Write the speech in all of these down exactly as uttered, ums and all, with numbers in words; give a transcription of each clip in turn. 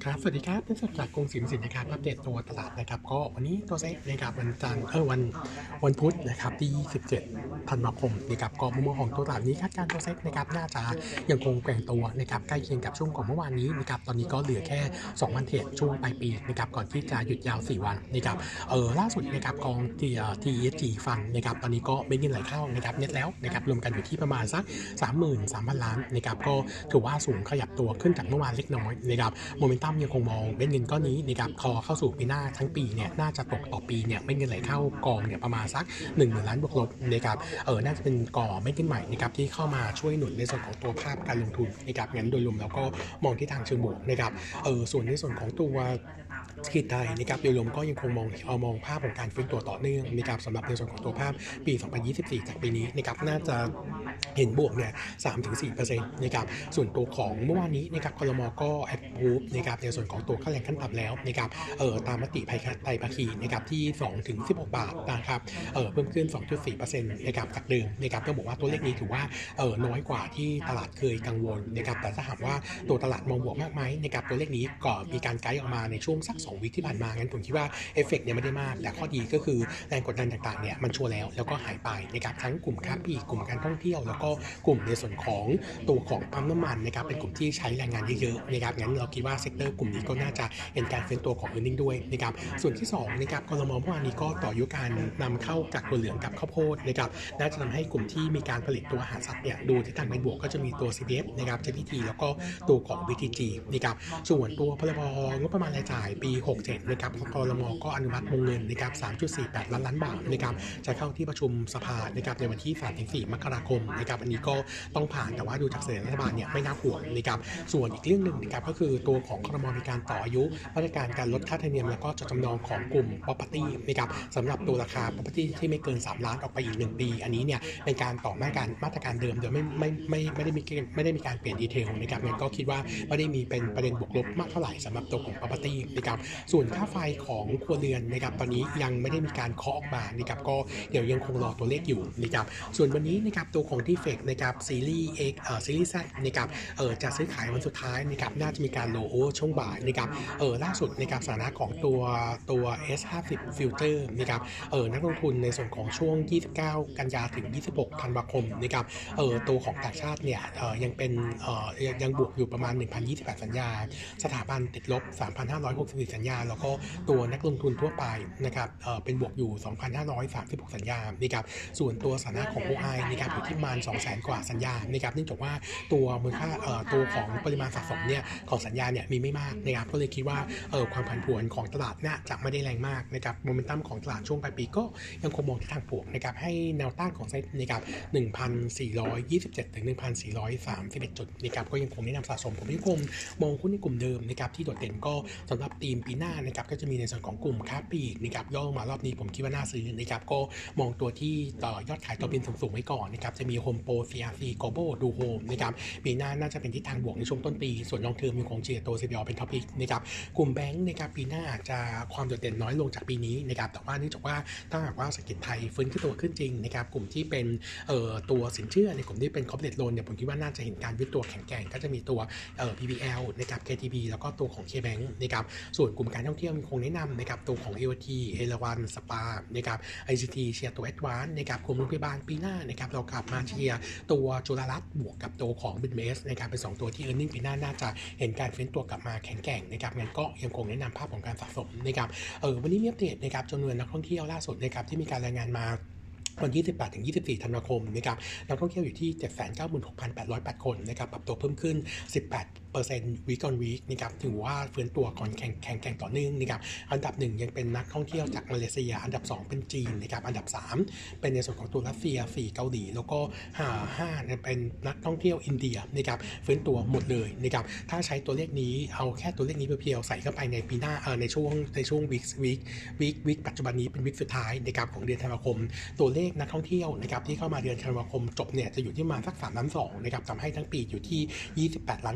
ครับสวัสดีครับเป็นสดจากกรุงศรีสินนะครับอัปเดตตัวตลาดนะครับก็วันนี้ตัวเซ็ตนะครับวันจันทร์เออวันวันพุธนะครับที่ยี่สิบเจ็ดธันวาคมนะครับก็มุมมองของตัวตลาดนี้คาดการณ์ตัวเซ็ตนะครับน่าจะยังคงแกว่งตัวนะครับใกล้เคียงกับช่วงของเมื่อวานนี้นะครับตอนนี้ก็เหลือแค่สองวันเทรดช่วงปลายปีนะครับก่อนที่จะหยุดยาวสี่วันนะครับเออล่าสุดนะครับกองที่เอ่อ ที อี เอส จี Fund นะครับตอนนี้ก็เม็ดเงินไหลเข้านะครับเน็ตแล้วนะครับรวมกันอยู่ที่ประมาณสัก สามหมื่นสามพัน ล้านนะครับก็ถือว่าสูงขยับตัวขึ้นจากเมื่อวานเล็กน้อยนะครับโมเมนตัมยังคงมองเม็ดเงินก้อนนี้นะครับพอเข้าสู่ปีหน้าทั้งปีเนี่ยน่าจะตกต่อปีเนี่ยเม็ดเงินไหลเข้ากองเนี่ยประมาณสัก หนึ่งหมื่น ล้านบวกลบนะครับเออน่าจะเป็นก่อเม็ดเงินใหม่นะครับที่เข้ามาช่วยหนุนในส่วนของตัวภาพการลงทุนนะครับงั้นโดยรวมแล้วก็มองที่ทางเชิงบวกนะครับเออส่วนในส่วนของตัวเศรษฐกิจไทยนะครับโดยรวมก็ยังคงมองเอามองภาพของการฟื้นตัวต่อเนื่องนะครับสำหรับในส่วนของตัวภาพปี สองพันยี่สิบสี่ จากปีนี้นะครับน่าจะเห็นบวกเนี่ย สามถึงสี่เปอร์เซ็นต์ นะครับส่วนตัวของเมื่อวานนี้นะครับครม.ก็แอปพูฟนะครับในส่วนของตัวค่าแรงขั้นต่ำแล้วนะครับเอ่อตามมติไทยภาคีนะครับที่สองถึงสิบหกบาทนะครับเอ่อเพิ่มขึ้น สองจุดสี่เปอร์เซ็นต์ นะครับจากเดิมนะครับต้องบอกว่าตัวเลขนี้ถือว่าเอ่อน้อยกว่าที่ตลาดเคยกังวลนะครับแต่ถ้าหากว่าตัวตลาดมองบวกมากไหมนะครับตัวเลขนี้ก็มีการไกด์ออกมาในช่วงสักสองวีคที่ผ่านมางั้นผมคิดว่าเอฟเฟกต์เนี่ยไม่ได้มากแต่ข้อดีก็คือแรงกดดันต่างๆเนี่ยมันชัวร์แล้วแล้วก็หายไปนะครับทั้งกลุ่มค้าปลีกกลุ่มการท่องเที่ยวแล้วก็กลุ่มในส่วนของตัวของปั๊มน้ำมันนะครับเป็นกลุ่มที่ใช้แรงงานเยอะๆนะครับงั้นเราคิดว่าเซกเตอร์กลุ่มนี้ก็น่าจะเห็นการฟื้นตัวของ earning ด้วยนะครับส่วนที่สองนะครับกลม.เมื่อวานนี้ก็ต่อยุการนำเข้าจากถั่วเหลืองกับข้าวโพดนะครับน่าจะทำให้กลุ่มที่มีการผลิตตัวอาหารสัตว์เนี่ยดูทิศทางเป็นบวกก็จะมีตัว ซี พี เอฟ นะครับ เจ พี ที แล้วก็ตัวของ บี ที จี นะครับส่วนตัวพรบงบประมาณรายจ่ายปีหกเจ็ดนะครับกลม.ก็อนุมัติวงเงินนะครับ สามจุดสี่แปด ล้านล้านบาทนะครับจะเข้าที่ประชุมสภานะครับในวันที่ สามถึงสี่ มกราคมนะครับอันนี้ก็ต้องผ่านแต่ว่าดูจากเสียงรัฐบาลเนี่ยไม่น่าห่วงนะครับส่วนอีกเรื่องหนึ่งนะครับก็คือตัวของครม.มีการต่ออายุมาตรการการลดค่าธรรมเนียมแล้วก็จดจำนองของกลุ่ม property นะครับสำหรับตัวราคา property ที่ไม่เกินสามล้านออกไปอีกหนึ่งปีอันนี้เนี่ยเป็นการต่อมาตรการมาตรการเดิมโดยไม่ไม่ไม่ไม่ได้มีไม่ได้มีการเปลี่ยนดีเทลนะครับงั้นก็คิดว่าไม่ได้มีเป็นประเด็นบวกลบมากเท่าไหร่สำหรับตัวของ property นะครับส่วนค่าไฟของครัวเรือนนะครับตอนนี้ยังไม่ได้มีการเคาะออกมานะครับก็เดี๋ยวยังคงรอตัวเลขอยู่นะครับส่วนวันนี้นะครับตัวของที่เฟกนะครับซีรีส์ X เอ่อซีรีส์ Z นะครับเอ่อจะซื้อขายวันสุดท้ายนะครับน่าจะมีการโลโอช่วงบ่ายนะครับเอ่อล่าสุดนะครับสถานะของตัวตัว เอส ห้าสิบ Future นะครับเอ่อนักลงทุนในส่วนของช่วงยี่สิบเก้ากันยาถึงยี่สิบหกธันวาคมนะครับเอ่อตัวของต่างชาติเนี่ยเอ่อยังเป็นเอ่อยังบวกอยู่ประมาณ หนึ่งพันยี่สิบแปด สัญญาสถาบันติดลบ สามพันห้าร้อยหกสิบสี่ สัญญาแล้วก็ตัวนักลงทุนทั่วไปนะครับเอ่อเป็นบวกอยู่ สองพันห้าร้อยสามสิบหก สัญญานะครับส่วนตัวสถานะของ โอ ไอ นะครับอยู่ที่ประมาณ สองแสน กว่าสัญญานะครับเนื่องจากว่าตัวมูลค่าเอ่อตัวของปริมาณสะสมเนี่ยของสัญญาเนี่ยมีไม่มากนะครับก็เลยคิดว่าเอ่อความผันผวนของตลาดน่าจะไม่ได้แรงมากนะครับโมเมนตัมของตลาดช่วงปลายปีก็ยังคงมองที่ทางบวกนะครับให้แนวต้านของเซ็ตนะครับ หนึ่งพันสี่ร้อยยี่สิบเจ็ด ถึง หนึ่งพันสี่ร้อยสามสิบเอ็ด จุดนะครับก็ยังคงแนะนำสะสมผมยังคงมองหุ้นในกลุ่มเดิมนะครับที่โดดเด่นก็สำหรับทีมปีหน้านะครับก็จะมีในส่วนของกลุ่มค้าปลีกนะครับย่อลงมารอบนี้ผมคิดว่าน่าซื้อนะครับก็มองตัวที่ต่อยอดขายต่อบินสูงๆไว้ก่อนนะครับจะมี Home Pro ซี อาร์ ซี Global ดูโฮมนะครับปีหน้าน่าจะเป็นทิศทางบวกในช่วงต้นปีส่วนลองเทอมมีของเชียร์ตัว ซี พี โอ เป็นท็อปพิกนะครับกลุ่มแบงค์นะครับปีหน้าอาจจะความโดดเด่นน้อยลงจากปีนี้นะครับแต่ว่าเนื่องจากว่าถ้าหากว่าเศรษฐกิจไทยฟื้นขึ้นตัวขึ้นจริงนะครับกลุ่มที่เป็นเอ่อตัวสินเชื่อในกลุ่มที่เป็น corporate loan เนี่ยผมคิดว่าน่าจะเห็นการยืดตัวแข็งแกร่งก็จะมีตัวเอ่อ พี บี แอล นะครับ เค ที บี แล้วก็ตัวของ K-Bank นะครับส่วนกลุ่มการท่องเที่ยวมีคงแนะนำนะครับตัวของ เอ โอ ที เอราวัณสปานะครับ ไอ ซี ที เชียร์ตัว Advance นะครับกลุ่มโรงพยาบาลปีหน้านะครับเรากลับมาเชียร์ตัวจุฬารัตน์บวกกับตัวของ บิ เอ็ม เอส นะครับเป็นสองตัวที่ earning ปีหน้าน่าจะเห็นการฟื้นตัวกลับมาแข็งแกร่งนะครับงั้นก็ยังคงแนะนำภาพของการสะสมนะครับเออวันนี้มีอัปเดตนะครับจำนวนนักท่องเที่ยวล่าสุดนะครับที่มีการรายงานมาวันที่ สิบแปดถึงยี่สิบสี่ ธันวาคมนะครับนักท่องเที่ยวอยู่ที่ เจ็ดแสนเก้าหมื่นหกพันแปดร้อยแปด คนนะครับปรับตัวเพิ่มขึ้น สิบแปดเปอร์เซ็นต์ week on week นะครับถือว่าฟื้นตัวก่อนแข่งแข่งแข่งต่อเนื่องนะครับอันดับหนึ่งยังเป็นนักท่องเที่ยวจากมาเลเซียอันดับสองเป็นจีนนะครับอันดับสามเป็นในส่วนของตัวรัสเซียสี่เกาหลีแล้วก็ห้าเป็นนักท่องเที่ยวอินเดียนะครับฟื้นตัวหมดเลยนะครับถ้าใช้ตัวเลขนี้เอาแค่ตัวเลขนี้เพียวๆใส่เข้าไปในปีหน้าเออในช่วงในช่วง week week week week ปัจจุบันนี้เป็น week สุดท้ายนะครับของเดือนธันวาคมตัวเลขนักท่องเที่ยวนะครับที่เข้ามาเดือนธันวาคมจบเนี่ยจะอยู่ที่ประมาณสักสามล้านสองนะครับทำให้ทั้งปีอยู่ที่ยี่สิบแปดล้านคนซึ่ง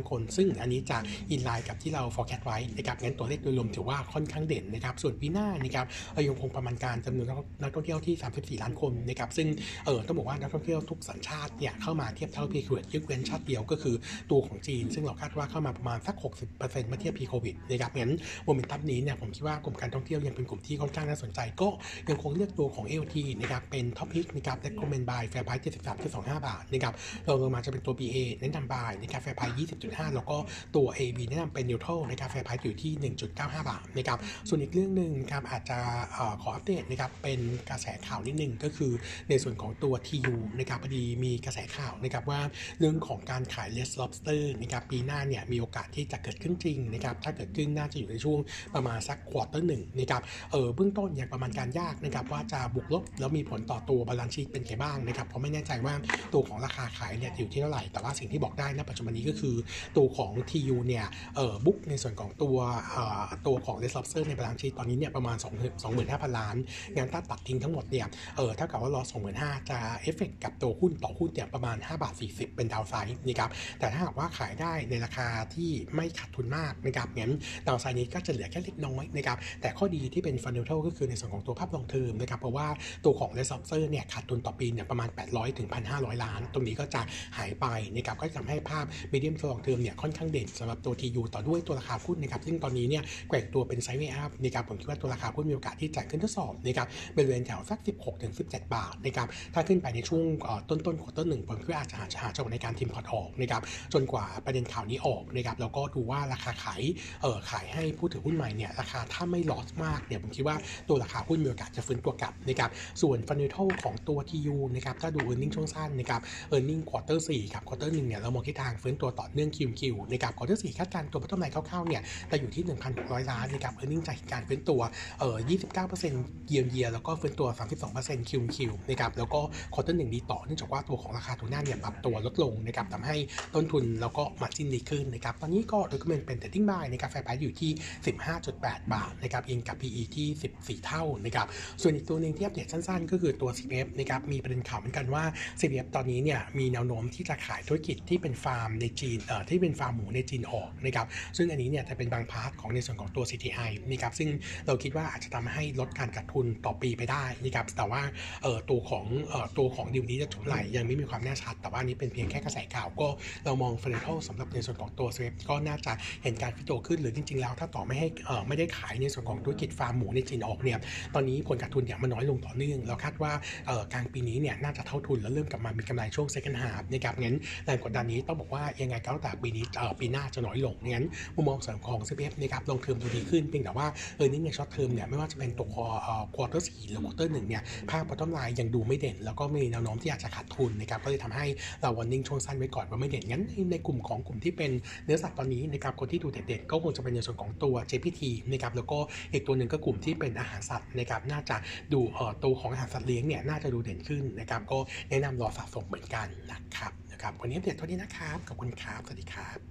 อันนี้จะอินไลน์กับที่เรา forecast ไว้นะครับงั้นตัวเลขโดยรวมถือว่าค่อนข้างเด่นนะครับส่วนปีหน้านะครับยังคงประมาณการจำนวนนักท่องเที่ยวที่สามสิบสี่ล้านคนนะครับซึ่งเออต้องบอกว่านักท่องเที่ยวทุกสัญชาติเนี่ยเข้ามาเทียบเท่าพีโควิดยกเว้นชาติเดียวก็คือตัวของจีนซึ่งเราคาดว่าเข้ามาประมาณสัก หกสิบเปอร์เซ็นต์ เมื่อเทียบพีโควิดนะครับงั้นโมเมนตัมนี้เนี่ยผมคิดว่ากลุ่มการท่องเที่ยวยังเป็นกลุ่มที่ค่อนข้างน่าสนใจก็ยังคงเลือกตัวของ เอ โอ ที นะครับเป็นท็อปพิกนะครับ recommend buy fair price เจ็ดสิบสามจุดสองห้า บาทนะครับเราลงมาจะเป็นตัว บี เอ แนะนำ buy นะครับ fair price ยี่สิบจุดห้า แล้วก็ตัว เอ บี แนะนำเป็น neutral นะครับ fair price อยู่ที่ หนึ่งจุดเก้าห้า บาทนะครับส่วนอีกเรื่องนึงครับอาจจะขออัปเดตนะครับเป็นกระแสข่าวนิดนึงก็คือในส่วนของตัว ที ยู นะครับพอดีมีกระแสข่าวนะครับว่าเรื่องของการขาย Red Lobster นะครับปีหน้าเนี่ยมีโอกาสที่จะเกิดขึ้นจริงนะครับถ้าเกิดขึ้นน่าจะอยู่ในช่วงประมาณสักควอเตอร์หนึ่งนะครับเออเบื้องต้นยังประมาณการยากนะครับว่าจะบวกลบแล้วมีผลต่อตัวบาลานซ์ชีทเป็นไงบ้างนะครับเพราะไม่แน่ใจว่าตัวของราคาขายเนี่ยอยู่ที่เท่าไหร่แต่ว่าสิ่งที่บอกได้ณปัจจุบันนี้ก็คือตัวของ ที ยู เนี่ยเออบุ๊กในส่วนของตัวเอ่อตัวของ Red Lobster ในบาลานซ์ชีทตอนนี้เนี่ยประมาณสองหมื่นห้าพันล้านงานถ้าตัดทิ้งทั้งหมดเนี่ยเออเท่ากับว่ารอ สองหมื่นห้าพัน จะเอฟเฟกต์กับตัวหุ้นต่อหุ้นเนี่ยประมาณห้าบาทสี่สิบเป็นดาวไซด์นะครับแต่ถ้าหากว่าขายได้ในราคาที่ไม่ขาดทุนมากนะครับงั้นดาวไซด์นี้ก็จะเหลือแค่เล็กน้อยนะครับแต่ข้อดีที่เป็นฟันเดเทิลก็คือในส่วนของตัวภาพลองเทอมนะครับเพราะว่าตัวของ Red Lobster เนี่ยขาดทุนต่อปีเนี่ยประมาณแปดร้อยถึง หนึ่งพันห้าร้อย ล้านตรงนี้ก็จะหายไปนะครับก็จะทำให้ภาพ medium to long term เนี่ยค่อนข้างเด่นสำหรับตัว ที ยู ต่อด้วยตัวราคาหุ้นนะครับซึ่งตอนนี้เนี่ยแกว่งตัวเป็นไซด์เวย์อัพนะครับผมคิดว่าตัวราคาหุ้นมีโอกาสที่จะขึ้นทดสอบนะครับบริเวณแถวสักสิบหกถึงสิบเจ็ดบาทนะครับถ้าขึ้นไปในช่วงต้นต้นควอเตอร์หนึ่งผมคิดว่าอาจจะหาหาจังหวะในการทิมพอร์ตออกนะครับจนกว่าประเด็นข่าวนี้ออกนะครับแล้วก็ดูว่าราคาขายเอ่อขายให้ผู้ถือหุ้นใหม่เนี่ยราคาถ้าไม่ลอสมากเนี่ยผมคิดว่าตัวราคาหุ้นมีโอกาสจะฟื้นตัวกลับนะครับส่วนฟันเดเทิลของตัว ที ยู นะครับถ้าดู earning ช่วงสั้นนะครับ earning quarter สี่ครับ quarter หนึ่งเนี่ยเรามองทิศทางฟื้นตัวต่อเนื่อง คิว คิว นะครับ quarter สี่คาดการณ์ตัว bottom line คร่าวๆเนี่ยจะอยู่ที่ หนึ่งพันหกร้อย ล้านนะครับ earning จากการฟื้นตัวเอ่อ ยี่สิบเก้าเปอร์เซ็นต์ year on year แล้วก็ฟื้นตัว สามสิบสองเปอร์เซ็นต์ คิว คิว นะครับแล้วก็ quarter หนึ่งดีต่อเนื่องจากว่าตัวของราคาทูน่าเนี่ยปรับตัวลดลงนะครับทำให้ต้นทุนแล้วก็ margin ดีขึ้นนะครับตอนนี้ก็ recommend เป็น trading buy นะครับ fair price อยู่ที่ สิบห้าจุดแปด บาทนะครับอิงกับ พี อี ที่สิบสี่เท่านะครับส่วนอีกตัวนึงที่อัปเดตสั้นๆก็คือตัว ซี พี เอฟ นะครับมีประเด็นข่าวเหมือนกันว่า ซี พี เอฟ ตอนนี้เนี่ยมีแนวโน้มที่จะขายธุรกิจที่เป็นฟาร์มในจีนเอ่อที่เป็นฟาร์มหมูในจีนออกนะครับซึ่งอันนี้เนี่ยจะเป็นบางพาร์ทของในส่วนของตัว ซี ที ไอ นะครับซึ่งเราคิดว่าอาจจะทำให้ลดการขาดทุนต่อปีไปได้นะครับแต่ว่าเอ่อตัวของเอ่อตัวของดีลนี้จะจบเมื่อไหร่ยังไม่มีความแน่ชัดแต่ว่านี้เป็นเพียงแค่กระแสข่าวก็เรามองฟันเดเทิลสำหรับในส่วนของตัว ซี พี เอฟ ก็น่าจะเห็นการฟื้นตัวขึ้นหรือจริงๆแล้วถ้าต่อไม่ให้เอ่อไม่ได้ขายในส่วนของธุรกิจฟาร์มหมูในจีนออกเนี่ยตอนนี้ผลขาดทุนเนี่ยมันน้อยลงต่อเนื่องเราคาดว่าเอ่อกลางปีนี้เนี่ยน่าจะเท่าทุนแล้วเริ่มกลับมามีกำไรช่วง second half นะครับงั้นแรงกดดันนี้ต้องบอกว่ายังไงก็แล้วแต่ปีนี้เอ่อปีหน้าจะน้อยลงงั้นมุมมองส่วนของ ซี พี เอฟ นะครับลงเทอมดูดีขึ้นเพียงแต่ว่าเออนี่ในช็อตเทอมเนี่ยไม่ว่าจะเป็นตัวเอ่อ quarter สี่หรือ quarter หนึ่งเนี่ยภาพ bottom line ยังดูไม่เด่นแล้วก็มีแนวโน้มที่อาจจะขาดทุนนะครับก็เลยทำให้เรา warning ช่วงสั้นไว้ก่อนว่าไม่เด่นงั้นในกลุ่มของกลุ่มที่เป็นเนื้อสัตว์ตอนนี้นะครับคนที่ดูเด่นๆก็คงจะเป็นในส่วนของตัว เจ พี ที นะครับแล้วก็อีกตัวหนึ่งก็กลุ่มที่เป็นอาหารสัตว์นะครับน่าจะดูเอ่อตัวของอาหารสัตว์เลี้ยงเนี่ยน่าจะดูเด่นขึ้นนะครับก็แนะนำรอสะสมเหมือนกันนะครับนะครับวันนี้อัปเดตเท่านี้นะครับขอบคุณครับสวัสดีครับ